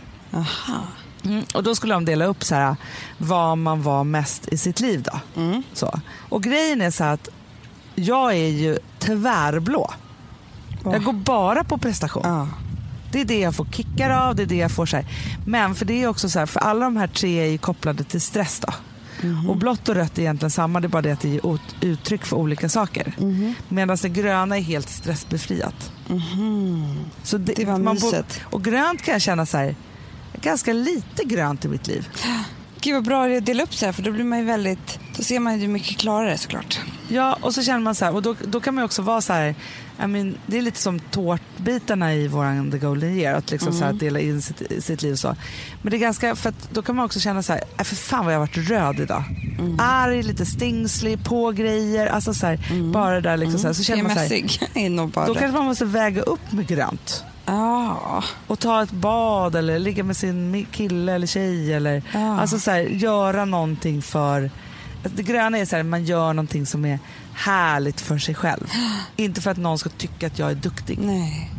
Speaker 1: Och då skulle de dela upp så här, vad man var mest i sitt liv då. Så. Och grejen är så här att jag är ju tvärblå. Jag går bara på prestation. Det är det jag får kickar av, det är det jag får så här. Men för det är också så här, för alla de här 3 är ju kopplade till stress då. Och blått och rött är egentligen samma, det är bara det att det är uttryck för olika saker. Medan det gröna är helt stressbefriat. Så
Speaker 2: det var mysigt.
Speaker 1: Och grönt kan jag känna så här, ganska lite grönt i mitt liv.
Speaker 2: Gud vad bra att dela upp så här, för då blir man ju väldigt, då ser man ju mycket klarare såklart.
Speaker 1: Ja, och så känner man så här, och då kan man ju också vara så här, det är lite som tårtbitarna i våran The Golden Year, att liksom så här dela in sitt liv så. Men det är ganska, för att då kan man också känna så här, för fan vad jag har varit röd idag. Arg, lite stingslig, på grejer, alltså så här, bara det där liksom så här, så känner man så här, då kanske man måste väga upp med grönt. Och ta ett bad eller ligga med sin kille eller tjej eller alltså så här, göra någonting för det gröna är så här, man gör någonting som är härligt för sig själv. Inte för att någon ska tycka att jag är duktig.
Speaker 2: Nej.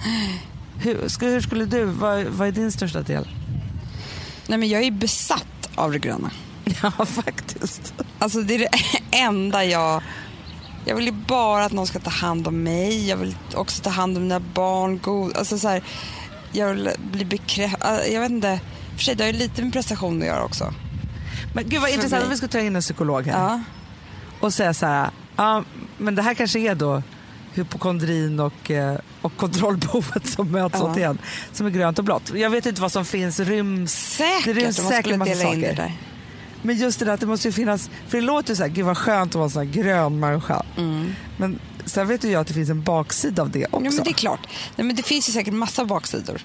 Speaker 1: Hur skulle du, vad är din största del?
Speaker 2: Nej, men jag är besatt av det gröna.
Speaker 1: Ja, faktiskt.
Speaker 2: Alltså det är det enda jag vill ju bara att någon ska ta hand om mig. Jag vill också ta hand om mina barn. Alltså så här, jag vill bli bekräftad. Jag vet inte. För sig, det har ju lite med prestation att göra också.
Speaker 1: Men gud vad intressant att vi ska ta in en psykolog här. Och säga så här, men det här kanske är då hypokondrin och kontrollbehovet som möts åt igen. Som är grönt och blått. Jag vet inte vad som finns. Det ryms säkert massa saker. Där. Men just det där att det måste ju finnas, för det låter ju så här, gud vad skönt att vara en sån här grön människa. Men sen vet ju jag att det finns en baksida av det också.
Speaker 2: Ja, men det är klart. Nej, men det finns ju säkert massa baksidor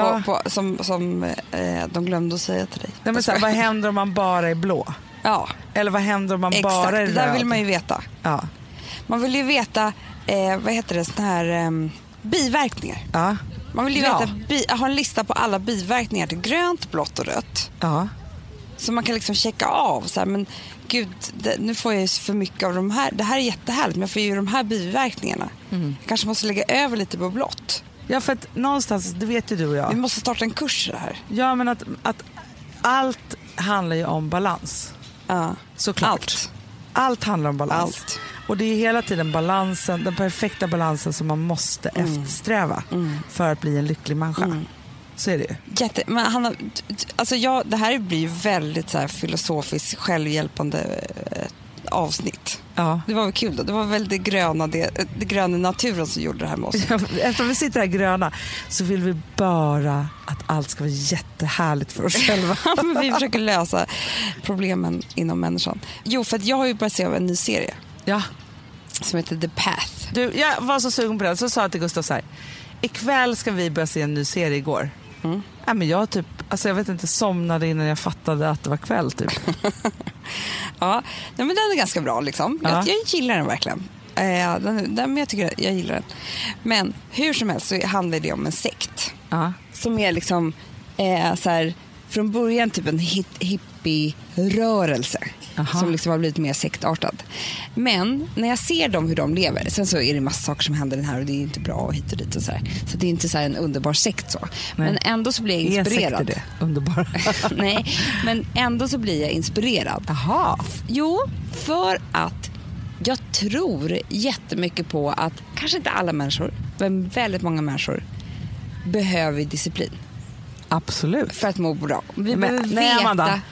Speaker 2: som de glömde att säga till dig.
Speaker 1: Nej, men så här, vad händer om man bara är blå?
Speaker 2: Ja.
Speaker 1: Eller vad händer om man bara är röd?
Speaker 2: Det där vill man ju veta.
Speaker 1: Ja.
Speaker 2: Man vill ju veta, vad heter det, såna här biverkningar.
Speaker 1: Ja.
Speaker 2: Man vill ju veta, ha en lista på alla biverkningar till grönt, blått och rött.
Speaker 1: Ja.
Speaker 2: Så man kan liksom checka av så här, men gud, nu får jag ju för mycket av de här. Det här är jättehärligt, men jag får ju de här biverkningarna. Jag kanske måste lägga över lite på blått.
Speaker 1: Ja, för att någonstans, det vet ju du och jag.
Speaker 2: Vi måste starta en kurs i det här.
Speaker 1: Ja, men att allt handlar ju om balans.
Speaker 2: Ja.
Speaker 1: Såklart.
Speaker 2: Allt.
Speaker 1: Allt handlar om balans.
Speaker 2: Allt.
Speaker 1: Och det är hela tiden balansen, den perfekta balansen som man måste eftersträva för att bli en lycklig människa. Så är det ju.
Speaker 2: Men Hanna, alltså det här blir ju väldigt så här filosofiskt självhjälpande avsnitt.
Speaker 1: Ja.
Speaker 2: Det var väl kul då. Det var väl det gröna naturen som gjorde det här med oss.
Speaker 1: Efter vi sitter här gröna så vill vi bara att allt ska vara jättehärligt för oss själva.
Speaker 2: Vi försöker lösa problemen inom människan. Jo, för att jag har ju börjat se en ny serie.
Speaker 1: Ja.
Speaker 2: Som heter The Path.
Speaker 1: Du, jag var så sugen på den. Så sa jag till Gustav så här: ikväll ska vi börja se en ny serie igår. Ja, men jag typ, alltså jag vet inte, somnade innan jag fattade att det var kväll typ.
Speaker 2: Ja, men den är ganska bra liksom. Jag gillar den verkligen. Men jag tycker jag gillar den. Men hur som helst så handlar det om en sekt. Som är liksom så här, från början typ en hippie-rörelse. Som liksom har blivit mer sektartad. Men när jag ser dem hur de lever, sen så är det massa saker som händer den här och det är inte bra och hit och dit och så här. Så det är inte så här en underbar sekt så. Nej. Men ändå så blir jag inspirerad.
Speaker 1: Är det underbar?
Speaker 2: Nej, men ändå så blir jag inspirerad.
Speaker 1: Aha.
Speaker 2: Jo, för att jag tror jättemycket på att kanske inte alla människor, men väldigt många människor behöver disciplin.
Speaker 1: Absolut.
Speaker 2: För att må bra. Vi behöver veta.
Speaker 1: Nej, Amanda.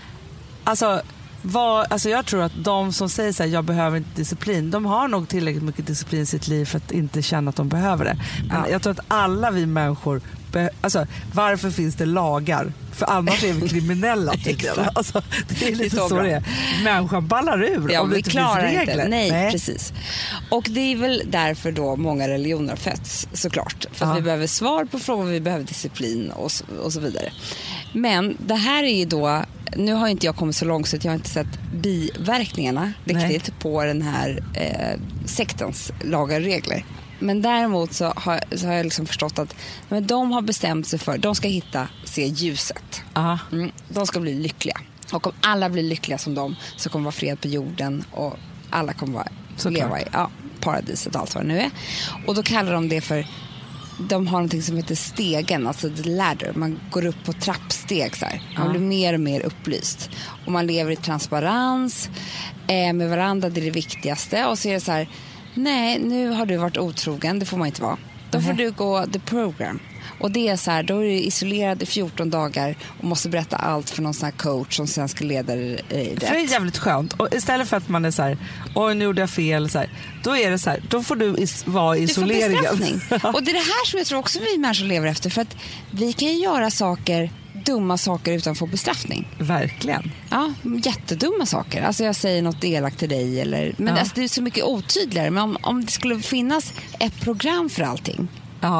Speaker 1: Alltså jag tror att de som säger så här, jag behöver inte disciplin, de har nog tillräckligt mycket disciplin i sitt liv för att inte känna att de behöver det. Men jag tror att alla vi människor alltså, varför finns det lagar? För annars är vi kriminella tycker jag. Alltså, det är lite så det är. Människan ballar ur om det inte finns regler.
Speaker 2: Inte. Nej, precis. Och det är väl därför då många religioner har fötts, såklart. För att vi behöver svar på frågor, vi behöver disciplin och så vidare. Men det här är ju då, nu har inte jag kommit så långt så att jag har inte sett biverkningarna riktigt på den här sektens lagar och regler. Men däremot så har jag liksom förstått att men de har bestämt sig för, de ska se ljuset. De ska bli lyckliga. Och om alla blir lyckliga som dem så kommer det vara fred på jorden och alla kommer leva i paradiset och allt vad det nu är. Och då kallar de det för, de har någonting som heter stegen, alltså the ladder. Man går upp på trappsteg så här. Man blir mer och mer upplyst. Och man lever i transparens med varandra, det är det viktigaste. Och så är det så här, nej, nu har du varit otrogen, det får man inte vara. Då får du gå the program. Och det är så här, då är du isolerad i 14 dagar och måste berätta allt för någon sån här coach som sen ska leda dig rätt.
Speaker 1: Det är jävligt skönt. Och istället för att man är så här, oj nu gjorde jag fel, så här, då är det så här, då får du vara isoleringen.
Speaker 2: Du får bestraffning. Och det är det här som jag tror också vi människor lever efter. För att vi kan ju göra dumma saker utan att få bestraffning.
Speaker 1: Verkligen.
Speaker 2: Ja, jättedumma saker. Alltså jag säger något elakt till dig. Men alltså, det är så mycket otydligare. Men om det skulle finnas ett program för allting.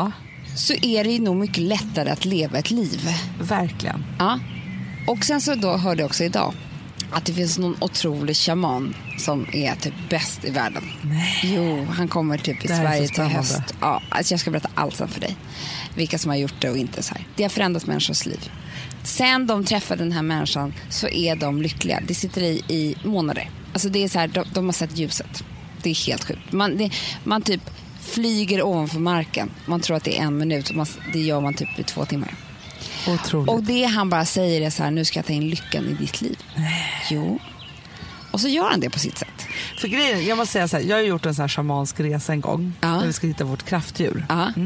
Speaker 2: Så är det ju nog mycket lättare att leva ett liv.
Speaker 1: Verkligen.
Speaker 2: Ja. Och sen så då hörde jag också idag att det finns någon otrolig shaman som är typ bäst i världen.
Speaker 1: Nej.
Speaker 2: Jo, han kommer typ i Sverige till höst. Ja, alltså jag ska berätta allt sen för dig. Vilka som har gjort det och inte så här. Det har förändrat människors liv. Sen de träffar den här människan så är de lyckliga. Det sitter i månader. Alltså det är så här, de har sett ljuset. Det är helt sjukt. Man typ flyger ovanför marken. Man tror att det är 1 minut. Det gör man typ i 2 timmar.
Speaker 1: Otroligt.
Speaker 2: Och det han bara säger är så här, nu ska jag ta in lyckan i ditt liv. Jo. Och så gör han det på sitt sätt.
Speaker 1: För grejen, jag måste säga så här, jag har gjort en sån här shamansk resa en gång. När vi ska hitta vårt kraftdjur.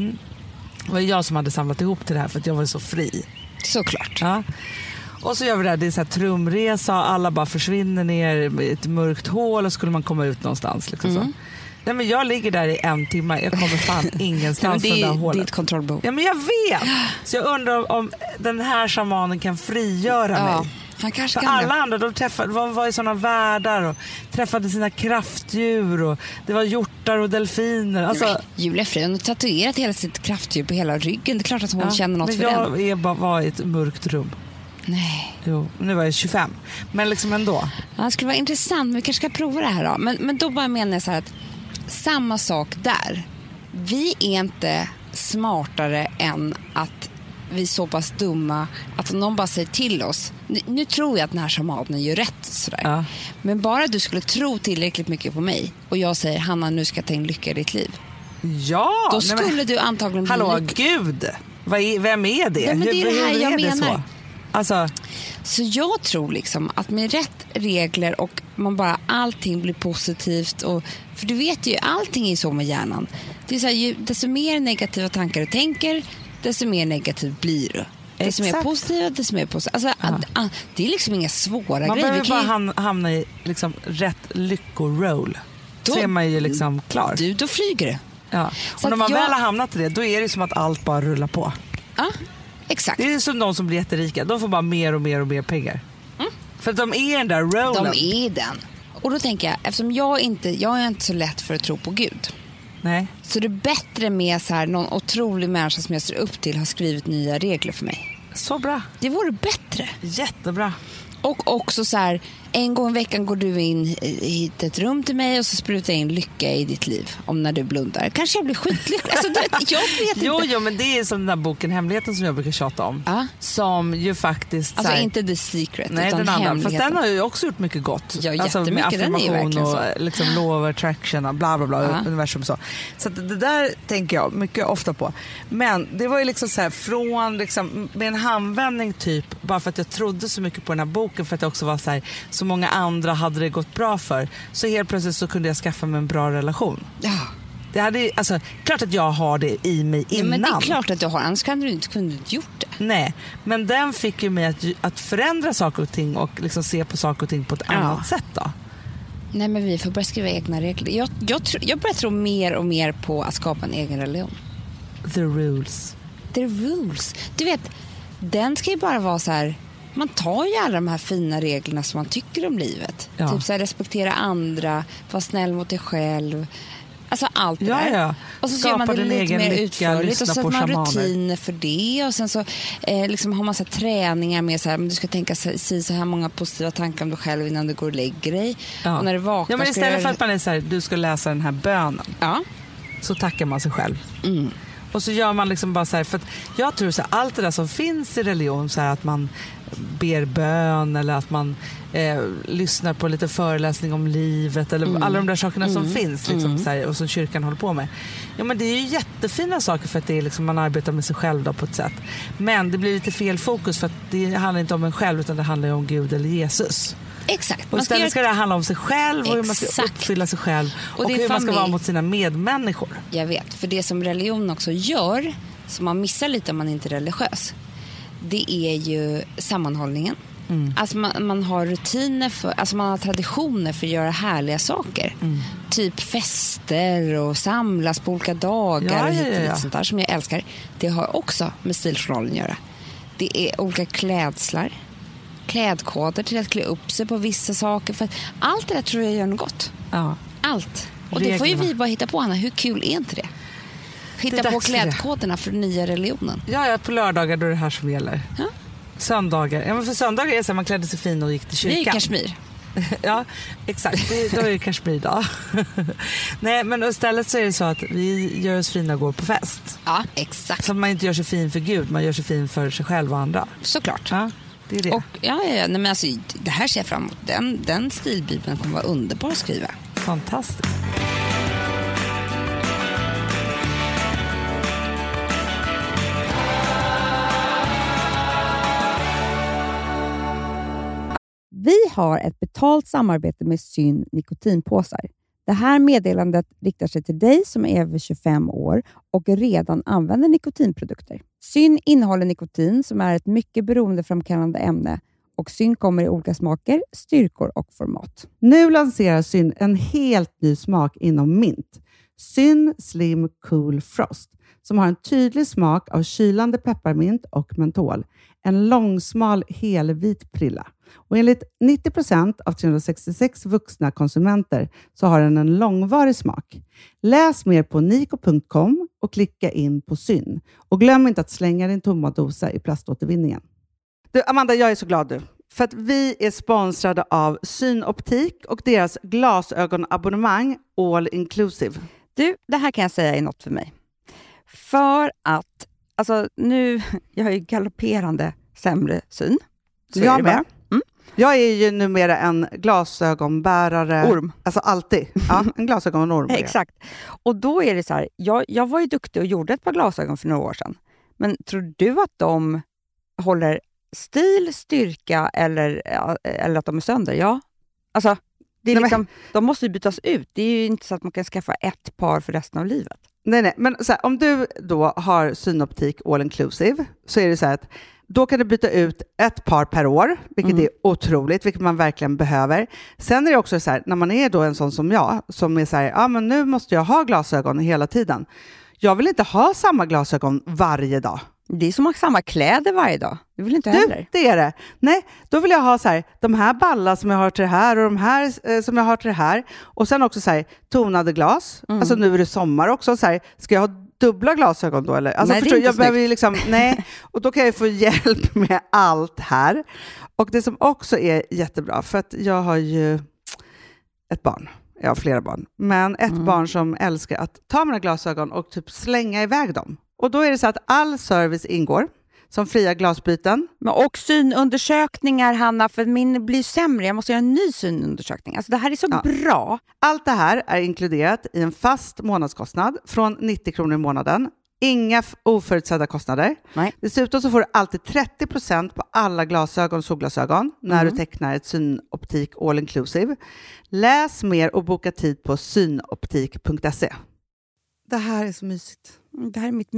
Speaker 1: Det var jag som hade samlat ihop till det här för att jag var så fri.
Speaker 2: Såklart.
Speaker 1: Och så gör vi det är så här trumresa, alla bara försvinner ner i ett mörkt hål och skulle man komma ut någonstans liksom så. Nej, men jag ligger där i 1 timme. Jag kommer fan ingenstans från det här hålet.
Speaker 2: Det är ett kontrollbehov.
Speaker 1: Ja, men jag vet. Så jag undrar om den här shamanen kan frigöra mig.
Speaker 2: Han kanske
Speaker 1: för
Speaker 2: kan
Speaker 1: alla andra, de var i såna världar och träffade sina kraftdjur och det var hjortar och delfiner. Alltså,
Speaker 2: Julia Frey, hon har tatuerat hela sitt kraftdjur på hela ryggen. Det är klart att hon känner något för den.
Speaker 1: Men jag var i ett mörkt rum.
Speaker 2: Nej.
Speaker 1: Jo, nu var jag 25. Men liksom ändå.
Speaker 2: Ja, det skulle vara intressant. Vi kanske ska prova det här då. Men då bara menar jag så här att samma sak där. Vi är inte smartare än att vi är så pass dumma att någon bara säger till oss. Nu tror jag att den här shamanen gör rätt sådär. Men bara du skulle tro tillräckligt mycket på mig och jag säger, Hanna, nu ska jag ta in lycka i ditt liv.
Speaker 1: Ja!
Speaker 2: Då skulle du antagligen bli
Speaker 1: Hallå, gud! Vem är det?
Speaker 2: Ja, men det är det här jag menar.
Speaker 1: Alltså...
Speaker 2: Så jag tror liksom att med rätt regler och man bara allting blir positivt. Och, för du vet ju, allting är så med hjärnan. Det är så här, desto mer negativa tankar du tänker, desto mer negativt blir du. Desto mer positiva, desto mer positivt. Alltså, det är liksom inga svåra grejer.
Speaker 1: Man behöver bara hamna i liksom rätt lyckoroll. Då är man ju liksom klar.
Speaker 2: Då flyger det.
Speaker 1: Ja. Och när man väl har hamnat i det, då är det som att allt bara rullar på.
Speaker 2: Ja, exakt.
Speaker 1: Det är som de som blir jätterika. De får bara mer och mer och mer pengar. För att de är den där rollen.
Speaker 2: De är den. Och då tänker jag, eftersom jag är inte så lätt för att tro på Gud.
Speaker 1: Nej.
Speaker 2: Så det är bättre med så här, någon otrolig människa som jag ser upp till har skrivit nya regler för mig.
Speaker 1: Så bra.
Speaker 2: Det vore bättre.
Speaker 1: Jättebra.
Speaker 2: Och också så här, en gång i veckan går du in i ett rum till mig och så sprutar jag in lycka i ditt liv om när du blundar. Kanske jag blir skitlycklig. Alltså, jag vet inte.
Speaker 1: Jo, men det är som den där boken Hemligheten som jag brukar tjata om. Som ju faktiskt...
Speaker 2: Alltså
Speaker 1: här,
Speaker 2: inte The Secret,
Speaker 1: nej,
Speaker 2: utan
Speaker 1: den andra.
Speaker 2: Hemligheten.
Speaker 1: Fast den har ju också gjort mycket gott.
Speaker 2: Ja,
Speaker 1: alltså med affirmation och liksom law of attraction och bla bla bla, universum så. Så att det där tänker jag mycket ofta på. Men det var ju liksom så här från liksom, med en handvändning typ, bara för att jag trodde så mycket på den här boken, för att det också var så här, så många andra hade det gått bra för. Så helt plötsligt så kunde jag skaffa mig en bra relation.
Speaker 2: Ja.
Speaker 1: Det hade, alltså, klart att jag har det i mig innan.
Speaker 2: Men det är klart att du har, annars kunde du inte gjort det.
Speaker 1: Nej, men den fick ju mig att förändra saker och ting och liksom se på saker och ting på ett annat sätt då.
Speaker 2: Nej, men vi får börja skriva egna regler. Jag börjar tro mer och mer på att skapa en egen religion.
Speaker 1: The rules.
Speaker 2: The rules. Du vet, den ska ju bara vara så här... Man tar ju alla de här fina reglerna som man tycker om livet.
Speaker 1: Ja.
Speaker 2: Typ så här, respektera andra, vara snäll mot dig själv. Alltså allt det där.
Speaker 1: Ja.
Speaker 2: Och så gör man det lite mer utförligt och så sätter man rutiner för det. Och sen så liksom har man så här träningar med så här, men du ska tänka så här många positiva tankar om dig själv innan du går och lägger dig.
Speaker 1: Ja.
Speaker 2: Och när du vaknar...
Speaker 1: Ja, men istället för att man är så här, du ska läsa den här bönen.
Speaker 2: Ja.
Speaker 1: Så tackar man sig själv. Och så gör man liksom bara så här, för att jag tror så här, allt det där som finns i religion, så här att man ber bön eller att man lyssnar på lite föreläsning om livet eller alla de där sakerna som finns liksom, så här, och som kyrkan håller på med. Ja, men det är ju jättefina saker för att det är liksom, man arbetar med sig själv då på ett sätt. Men det blir lite fel fokus för att det handlar inte om en själv utan det handlar om Gud eller Jesus.
Speaker 2: Exakt.
Speaker 1: Och istället ska det handla om sig själv och hur man ska uppfylla sig själv och hur man ska vara mot sina medmänniskor.
Speaker 2: Jag vet, för det som religion också gör, som man missar lite om man inte är religiös, det är ju sammanhållningen. Alltså man har rutiner för, alltså man har traditioner för att göra härliga saker. Typ fester och samlas på olika dagar och hit och sånt där som jag älskar. Det har också med stiljournalen att göra. Det är olika klädkoder till att klä upp sig på vissa saker. För att allt det där tror jag gör något gott. Ja. Allt. Och det får ju vi bara hitta på, Anna. Hur kul är inte det? Hitta på klädkoderna för den nya religionen.
Speaker 1: Ja, på lördagar då är det här som gäller. Ja. Söndagar. Ja, men för söndagar är det så att man klädde sig fin och gick till kyrkan.
Speaker 2: Det är Kashmir.
Speaker 1: Ja, exakt. Då är det Kashmir då. Nej, men istället så är det så att vi gör oss fina och går på fest.
Speaker 2: Ja, exakt.
Speaker 1: Så att man inte gör sig fin för Gud, man gör sig fin för sig själv och andra.
Speaker 2: Såklart.
Speaker 1: Ja, det är det.
Speaker 2: Och, nej, men alltså, det här ser jag fram emot. Den stilbibeln kommer vara underbar att skriva.
Speaker 1: Fantastiskt.
Speaker 3: Vi har ett betalt samarbete med Syn nikotinpåsar. Det här meddelandet riktar sig till dig som är över 25 år och redan använder nikotinprodukter. Syn innehåller nikotin som är ett mycket beroendeframkallande ämne och Syn kommer i olika smaker, styrkor och format.
Speaker 4: Nu lanserar Syn en helt ny smak inom mint. Syn Slim Cool Frost som har en tydlig smak av kylande pepparmint och mentol. En långsmal helvit prilla. Och enligt 90% av 366 vuxna konsumenter så har den en långvarig smak. Läs mer på niko.com och klicka in på Syn. Och glöm inte att slänga din tomma dosa i plaståtervinningen. Du, Amanda, jag är så glad du. För att vi är sponsrade av Synoptik och deras glasögonabonnemang All Inclusive.
Speaker 3: Du, det här kan jag säga är något för mig. För att, alltså nu, jag har ju galopperande sämre syn. Så
Speaker 4: jag är med. Jag är ju numera en glasögonbärare.
Speaker 3: Orm.
Speaker 4: Alltså alltid. Ja, en glasögonorm.
Speaker 3: Exakt. Och då är det så här, jag var ju duktig och gjorde ett par glasögon för några år sedan. Men tror du att de håller stil, styrka eller att de är sönder, ja. Alltså, det är liksom, de måste ju bytas ut. Det är ju inte så att man kan skaffa ett par för resten av livet.
Speaker 4: Nej, men så här, om du då har synoptik all inclusive så är det så här att då kan du byta ut ett par per år, vilket är otroligt, vilket man verkligen behöver. Sen är det också så här, när man är då en sån som jag, som är så här, men nu måste jag ha glasögon hela tiden. Jag vill inte ha samma glasögon varje dag.
Speaker 3: Det är som att ha samma kläder varje dag. Det vill inte heller.
Speaker 4: Det är det. Nej, då vill jag ha så här, de här ballar som jag har till det här och de här som jag har till det här. Och sen också så här, tonade glas. Alltså nu är det sommar också. Så här, ska jag ha dubbla glasögon då? Eller? Alltså,
Speaker 3: nej,
Speaker 4: jag behöver ju liksom, nej. Och då kan jag få hjälp med allt här. Och det som också är jättebra, för att jag har ju ett barn. Jag har flera barn. Men ett barn som älskar att ta mina glasögon och typ slänga iväg dem. Och då är det så att all service ingår. Som fria glasbyten.
Speaker 3: Och synundersökningar, Hanna, för min blir sämre. Jag måste göra en ny synundersökning. Alltså det här är så bra. Allt
Speaker 4: det här är inkluderat i en fast månadskostnad från 90 kronor i månaden. Inga oförutsedda kostnader.
Speaker 3: Nej.
Speaker 4: Dessutom så får du alltid 30% på alla glasögon och solglasögon när du tecknar ett synoptik all inclusive. Läs mer och boka tid på synoptik.se. Det här är så mysigt.
Speaker 3: Det här är mitt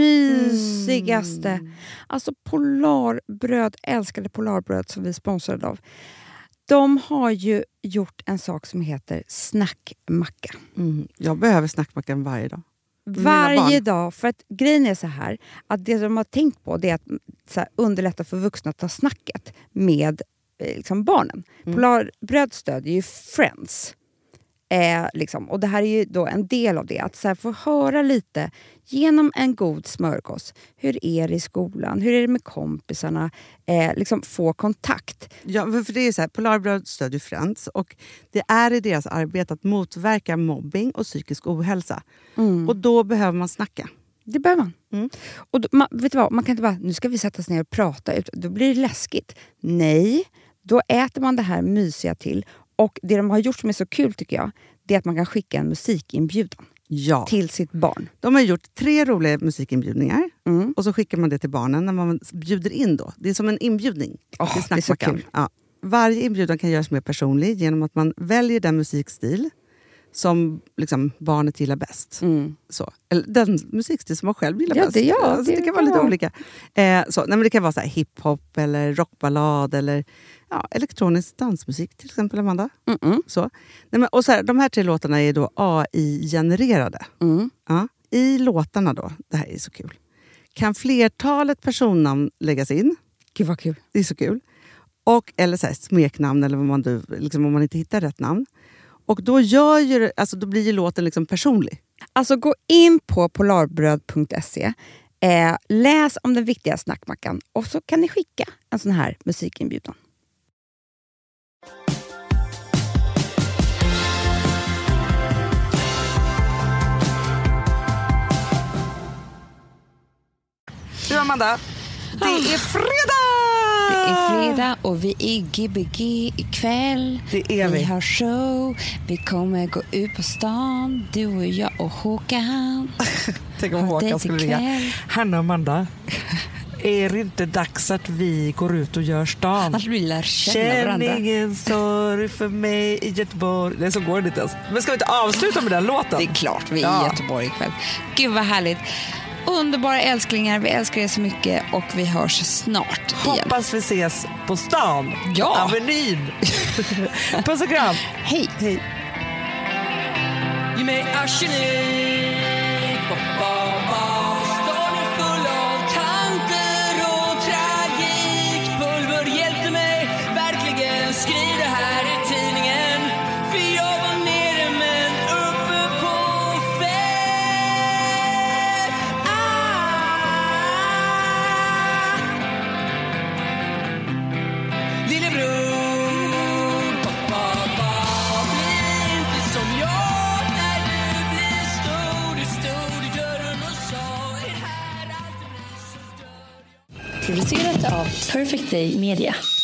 Speaker 3: mysigaste. Alltså Polarbröd, älskade Polarbröd som vi sponsrade av. De har ju gjort en sak som heter snackmacka.
Speaker 4: Jag behöver snackmackan varje dag.
Speaker 3: Varje dag, för att grejen är så här att det de har tänkt på det är att så här, underlätta för vuxna att ta snacket med liksom, barnen. Polarbröd stödjer ju Friends. Liksom. Och det här är ju då en del av det. Att så här, få höra lite genom en god smörgås. Hur är det i skolan? Hur är det med kompisarna? Liksom få kontakt.
Speaker 4: Ja, för det är så här, Polarbröd stödjer Friends. Och det är i deras arbete att motverka mobbing och psykisk ohälsa. Och då behöver man snacka.
Speaker 3: Det behöver man. Och då, vet du vad? Man kan inte bara, nu ska vi sätta oss ner och prata ut. Då blir det läskigt. Nej, då äter man det här mysiga till. Och det de har gjort som är så kul tycker jag, det är att man kan skicka en musikinbjudan till sitt barn.
Speaker 4: De har gjort 3 roliga musikinbjudningar och så skickar man det till barnen när man bjuder in då. Det är som en inbjudning.
Speaker 3: Det är så kul.
Speaker 4: Ja. Varje inbjudan kan göras mer personlig genom att man väljer den musikstil som liksom barnet gillar bäst. Så. Eller den musikstil som man själv gillar bäst. Det kan vara lite olika. Men det kan vara så här hiphop eller rockballad eller elektronisk dansmusik till exempel, Amanda. Så. Och så här, de här 3 låtarna är då AI-genererade. Ja. I låtarna då, det här är så kul, kan flertalet personnamn läggas in.
Speaker 3: Gud vad kul.
Speaker 4: Det är så kul. Eller så här, smeknamn eller vad man liksom, om man inte hittar rätt namn. Och då då blir ju låten liksom personlig.
Speaker 3: Alltså gå in på polarbröd.se, läs om den viktiga snackmackan och så kan ni skicka en sån här musikinbjudan.
Speaker 1: Du Amanda, det är fredag!
Speaker 2: Det är fredag och vi är Gbg ikväll.
Speaker 1: Det är vi.
Speaker 2: Vi har show. Vi kommer gå ut på stan. Du och jag och Håkan.
Speaker 1: Tänk om Håkan skulle ringa. Hanna och Amanda, är det inte dags att vi går ut och gör stan?
Speaker 2: Att vi lär känna varandra.
Speaker 1: Känn ingen sorg för mig i Göteborg. Det är så går det inte ens. Men ska vi inte avsluta med den låten?
Speaker 2: Det är klart, vi är i Göteborg ikväll. Gud vad härligt. Underbara älsklingar, vi älskar er så mycket och vi hörs snart igen.
Speaker 1: Hoppas vi ses på stan.
Speaker 2: Ja.
Speaker 1: Avenyn. Puss och kram.
Speaker 2: Hej.
Speaker 1: Hej.
Speaker 5: Stan är full av tanter och tragik. Pulver hjälpte mig verkligen. Skriv det här i tidningen. För jag var nere men uppe på fett. Lillebror, pappa, bli inte som jag. När du blir stor, du stod i dörren och sa är här alltid blir så dörr.
Speaker 6: Producerat av Perfect Day Media.